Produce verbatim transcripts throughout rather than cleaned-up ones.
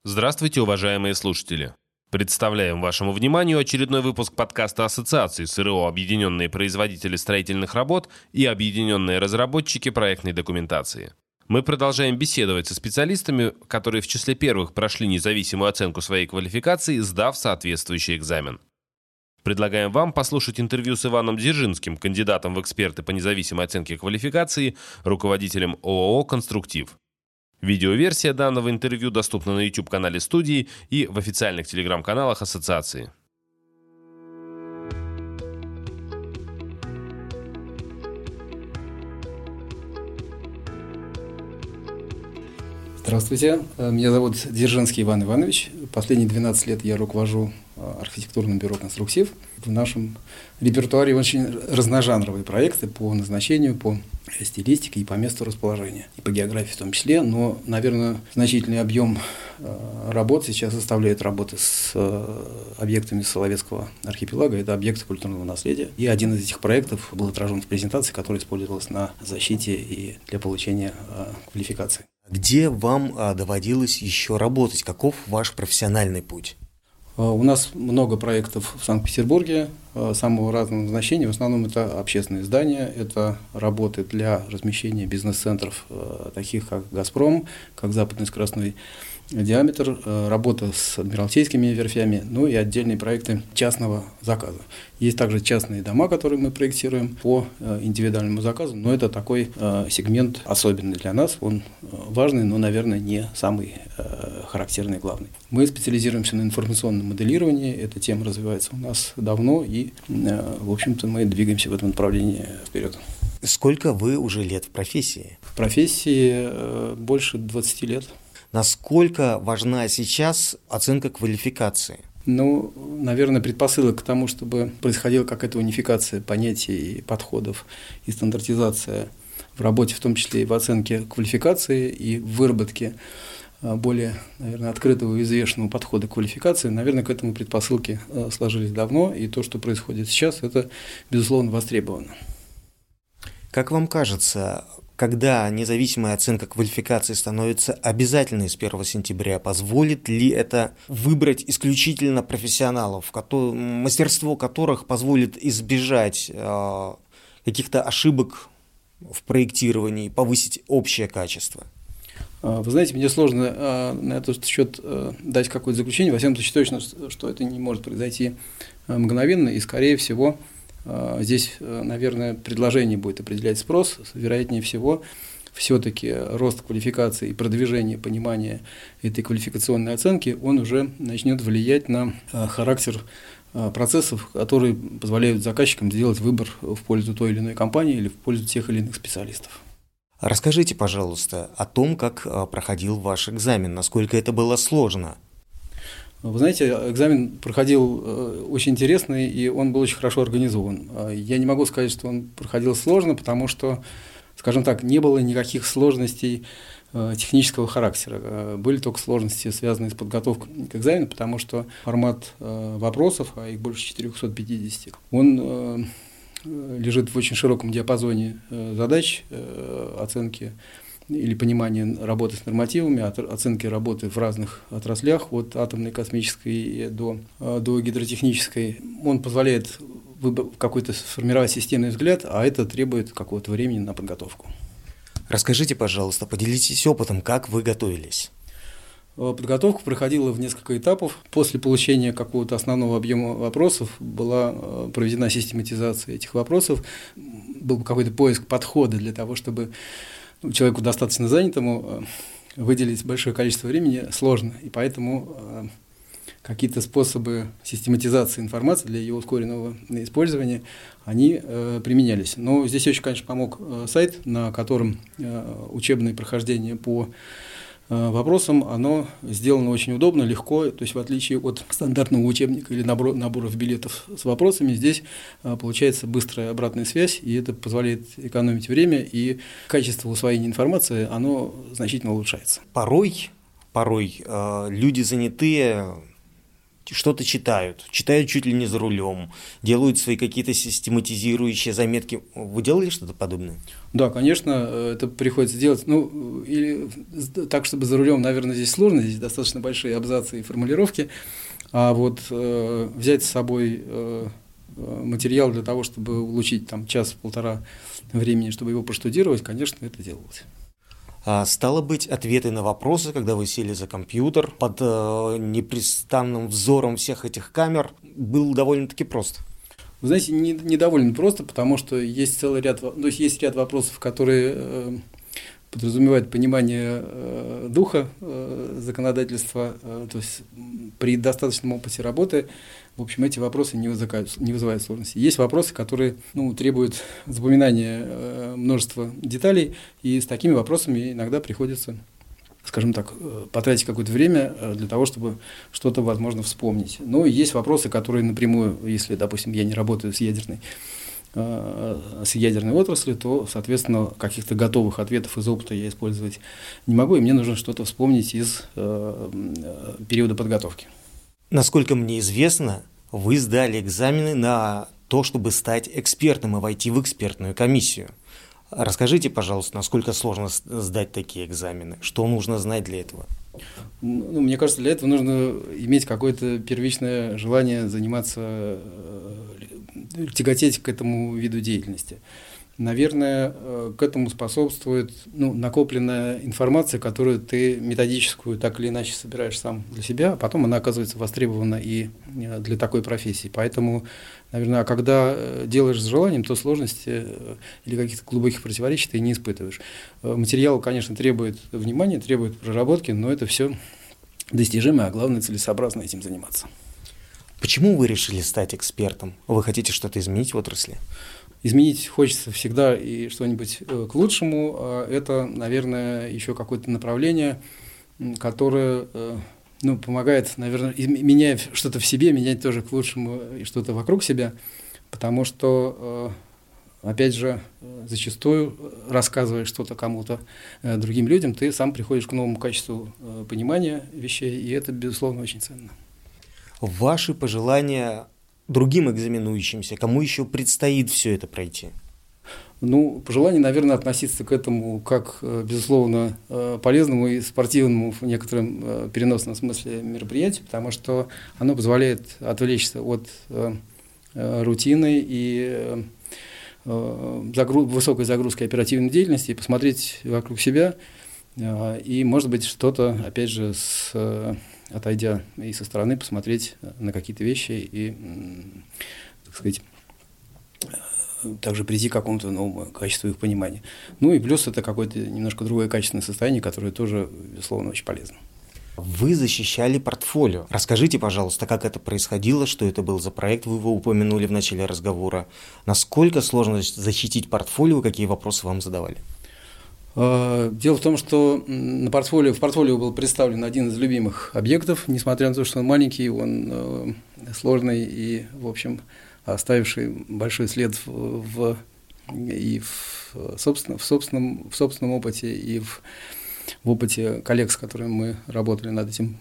Здравствуйте, уважаемые слушатели! Представляем вашему вниманию очередной выпуск подкаста Ассоциации СРО «Объединенные производители строительных работ» и «Объединенные разработчики проектной документации». Мы продолжаем беседовать со специалистами, которые в числе первых прошли независимую оценку своей квалификации, сдав соответствующий экзамен. Предлагаем вам послушать интервью с Иваном Дзержинским, кандидатом в эксперты по независимой оценке квалификации, руководителем ООО «Конструктив». Видеоверсия данного интервью доступна на YouTube-канале студии и в официальных телеграм-каналах Ассоциации. Здравствуйте, меня зовут Дзержинский Иван Иванович. Последние двенадцать лет я руковожу архитектурным бюро «Конструктив». В нашем репертуаре очень разножанровые проекты по назначению, по стилистике и по месту расположения, и по географии в том числе. Но, наверное, значительный объем работ сейчас составляет работы с объектами Соловецкого архипелага. Это объекты культурного наследия. И один из этих проектов был отражен в презентации, которая использовалась на защите и для получения квалификации. Где вам доводилось еще работать? Каков ваш профессиональный путь? У нас много проектов в Санкт-Петербурге самого разного назначения. В основном это общественные здания, это работы для размещения бизнес-центров, таких как «Газпром», как «Западный скоростной диаметр», работа с адмиралтейскими верфями, ну и отдельные проекты частного заказа. Есть также частные дома, которые мы проектируем по индивидуальному заказу, но это такой сегмент особенный для нас, он важный, но, наверное, не самый характерный, главный. Мы специализируемся на информационном моделировании, эта тема развивается у нас давно, и, в общем-то, мы двигаемся в этом направлении вперед. Сколько вы уже лет в профессии? В профессии больше двадцати лет. Насколько важна сейчас оценка квалификации? Ну, наверное, предпосылок к тому, чтобы происходила какая-то унификация понятий и подходов и стандартизация в работе, в том числе и в оценке квалификации и в выработке более, наверное, открытого и взвешенного подхода к квалификации. Наверное, к этому предпосылки сложились давно, и то, что происходит сейчас, это, безусловно, востребовано. Как вам кажется, когда независимая оценка квалификации становится обязательной с первого сентября, позволит ли это выбрать исключительно профессионалов, мастерство которых позволит избежать э, каких-то ошибок в проектировании, повысить общее качество? Вы знаете, мне сложно э, на этот счет э, дать какое-то заключение. Во всяком случае, точно, что это не может произойти мгновенно, и, скорее всего, здесь, наверное, предложение будет определять спрос. Вероятнее всего, все-таки рост квалификации и продвижение понимания этой квалификационной оценки, он уже начнет влиять на характер процессов, которые позволяют заказчикам сделать выбор в пользу той или иной компании или в пользу тех или иных специалистов. Расскажите, пожалуйста, о том, как проходил ваш экзамен, насколько это было сложно. Вы знаете, экзамен проходил очень интересный, и он был очень хорошо организован. Я не могу сказать, что он проходил сложно, потому что, скажем так, не было никаких сложностей технического характера. Были только сложности, связанные с подготовкой к экзамену, потому что формат вопросов, а их больше четырехсот пятидесяти, он лежит в очень широком диапазоне задач оценки или понимание работы с нормативами, оценки работы в разных отраслях, от атомной, космической до, до гидротехнической. Он позволяет какой-то сформировать системный взгляд, а это требует какого-то времени на подготовку. Расскажите, пожалуйста, поделитесь опытом, как вы готовились. Подготовка проходила в несколько этапов. После получения какого-то основного объема вопросов была проведена систематизация этих вопросов, был какой-то поиск подхода для того, чтобы человеку достаточно занятому выделить большое количество времени сложно, и поэтому какие-то способы систематизации информации для ее ускоренного использования, они применялись. Но здесь очень, конечно, помог сайт, на котором учебное прохождение по вопросам, оно сделано очень удобно, легко, то есть в отличие от стандартного учебника или набор, наборов билетов с вопросами, здесь получается быстрая обратная связь, и это позволяет экономить время, и качество усвоения информации, оно значительно улучшается. Порой, порой э, люди занятые что-то читают, читают чуть ли не за рулем, делают свои какие-то систематизирующие заметки. Вы делали что-то подобное? Да, конечно, это приходится делать. Ну, или так, чтобы за рулем, наверное, здесь сложно, здесь достаточно большие абзацы и формулировки. А вот э, взять с собой э, материал для того, чтобы улучшить там час-полтора времени, чтобы его проштудировать, конечно, это делалось. А, стало быть, ответы на вопросы, когда вы сели за компьютер, под э, непрестанным взором всех этих камер, был довольно-таки прост. Вы знаете, не, не довольно просто, потому что есть целый ряд, то есть есть ряд вопросов, которые э, подразумевают понимание э, духа э, законодательства, э, то есть при достаточном опыте работы, в общем, эти вопросы не вызывают, не вызывают сложности. Есть вопросы, которые ну, требуют запоминания э, множества деталей, и с такими вопросами иногда приходится, скажем так, потратить какое-то время для того, чтобы что-то, возможно, вспомнить. Но есть вопросы, которые напрямую, если, допустим, я не работаю с ядерной, с ядерной отраслью, то, соответственно, каких-то готовых ответов из опыта я использовать не могу, и мне нужно что-то вспомнить из периода подготовки. Насколько мне известно, вы сдали экзамены на то, чтобы стать экспертом и войти в экспертную комиссию. Расскажите, пожалуйста, насколько сложно сдать такие экзамены? Что нужно знать для этого? Ну, мне кажется, для этого нужно иметь какое-то первичное желание заниматься, тяготеть к этому виду деятельности. Наверное, к этому способствует ну, накопленная информация, которую ты методическую так или иначе собираешь сам для себя, а потом она оказывается востребована и для такой профессии. Поэтому, наверное, когда делаешь с желанием, то сложности или каких-то глубоких противоречий ты не испытываешь. Материал, конечно, требует внимания, требует проработки, но это все достижимо, а главное, целесообразно этим заниматься. Почему вы решили стать экспертом? Вы хотите что-то изменить в отрасли? Изменить хочется всегда и что-нибудь к лучшему. Это, наверное, еще какое-то направление, которое ну, помогает, наверное, меняя что-то в себе, менять тоже к лучшему и что-то вокруг себя. Потому что, опять же, зачастую, рассказывая что-то кому-то, другим людям, ты сам приходишь к новому качеству понимания вещей, и это, безусловно, очень ценно. Ваши пожелания другим экзаменующимся, кому еще предстоит все это пройти? Ну, пожелание, наверное, относиться к этому как, безусловно, полезному и спортивному в некотором переносном смысле мероприятию, потому что оно позволяет отвлечься от рутины и загруз... высокой загрузки оперативной деятельности и посмотреть вокруг себя, и, может быть, что-то, опять же, с... отойдя и со стороны, посмотреть на какие-то вещи и, так сказать, также прийти к какому-то новому качеству их понимания. Ну и плюс это какое-то немножко другое качественное состояние, которое тоже, безусловно, очень полезно. Вы защищали портфолио. Расскажите, пожалуйста, как это происходило, что это был за проект, вы его упомянули в начале разговора. Насколько сложно защитить портфолио, какие вопросы вам задавали? Дело в том, что на портфолио, в портфолио был представлен один из любимых объектов, несмотря на то, что он маленький, он сложный и, в общем, оставивший большой след в, в, и в, собственно, в, собственном, в собственном опыте, и в, в опыте коллег, с которыми мы работали над этим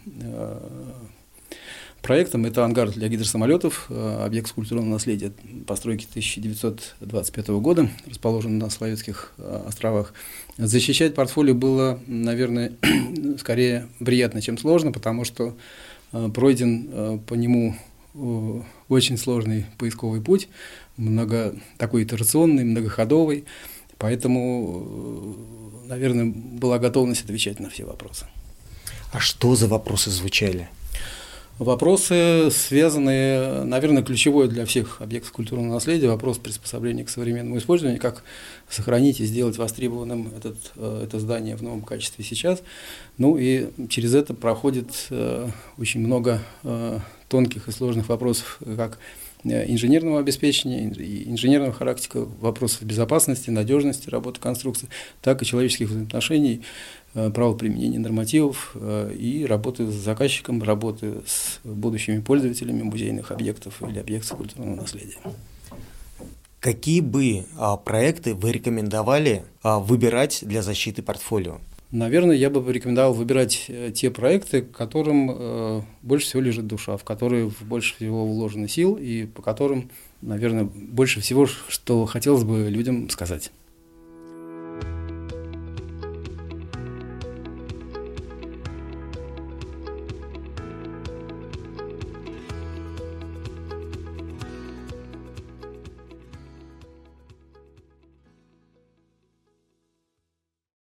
проектом. Это ангар для гидросамолетов, объект скульптурного наследия постройки тысяча девятьсот двадцать пятого года, расположен на Соловецких островах. Защищать портфолио было, наверное, скорее приятно, чем сложно, потому что пройден по нему очень сложный поисковый путь, много, такой итерационный, многоходовый, поэтому, наверное, была готовность отвечать на все вопросы. А что за вопросы звучали? Вопросы, связанные, наверное, ключевой для всех объектов культурного наследия, вопрос приспособления к современному использованию, как сохранить и сделать востребованным этот, это здание в новом качестве сейчас. Ну и через это проходит очень много тонких и сложных вопросов, как инженерного обеспечения, инженерного характера, вопросов безопасности, надежности работы конструкции, так и человеческих взаимоотношений, правоприменения нормативов и работы с заказчиком, работы с будущими пользователями музейных объектов или объектов культурного наследия. Какие бы а, проекты вы рекомендовали а, выбирать для защиты портфолио? Наверное, я бы порекомендовал выбирать те проекты, которым э, больше всего лежит душа, в которые больше всего вложено сил и по которым, наверное, больше всего, что хотелось бы людям сказать.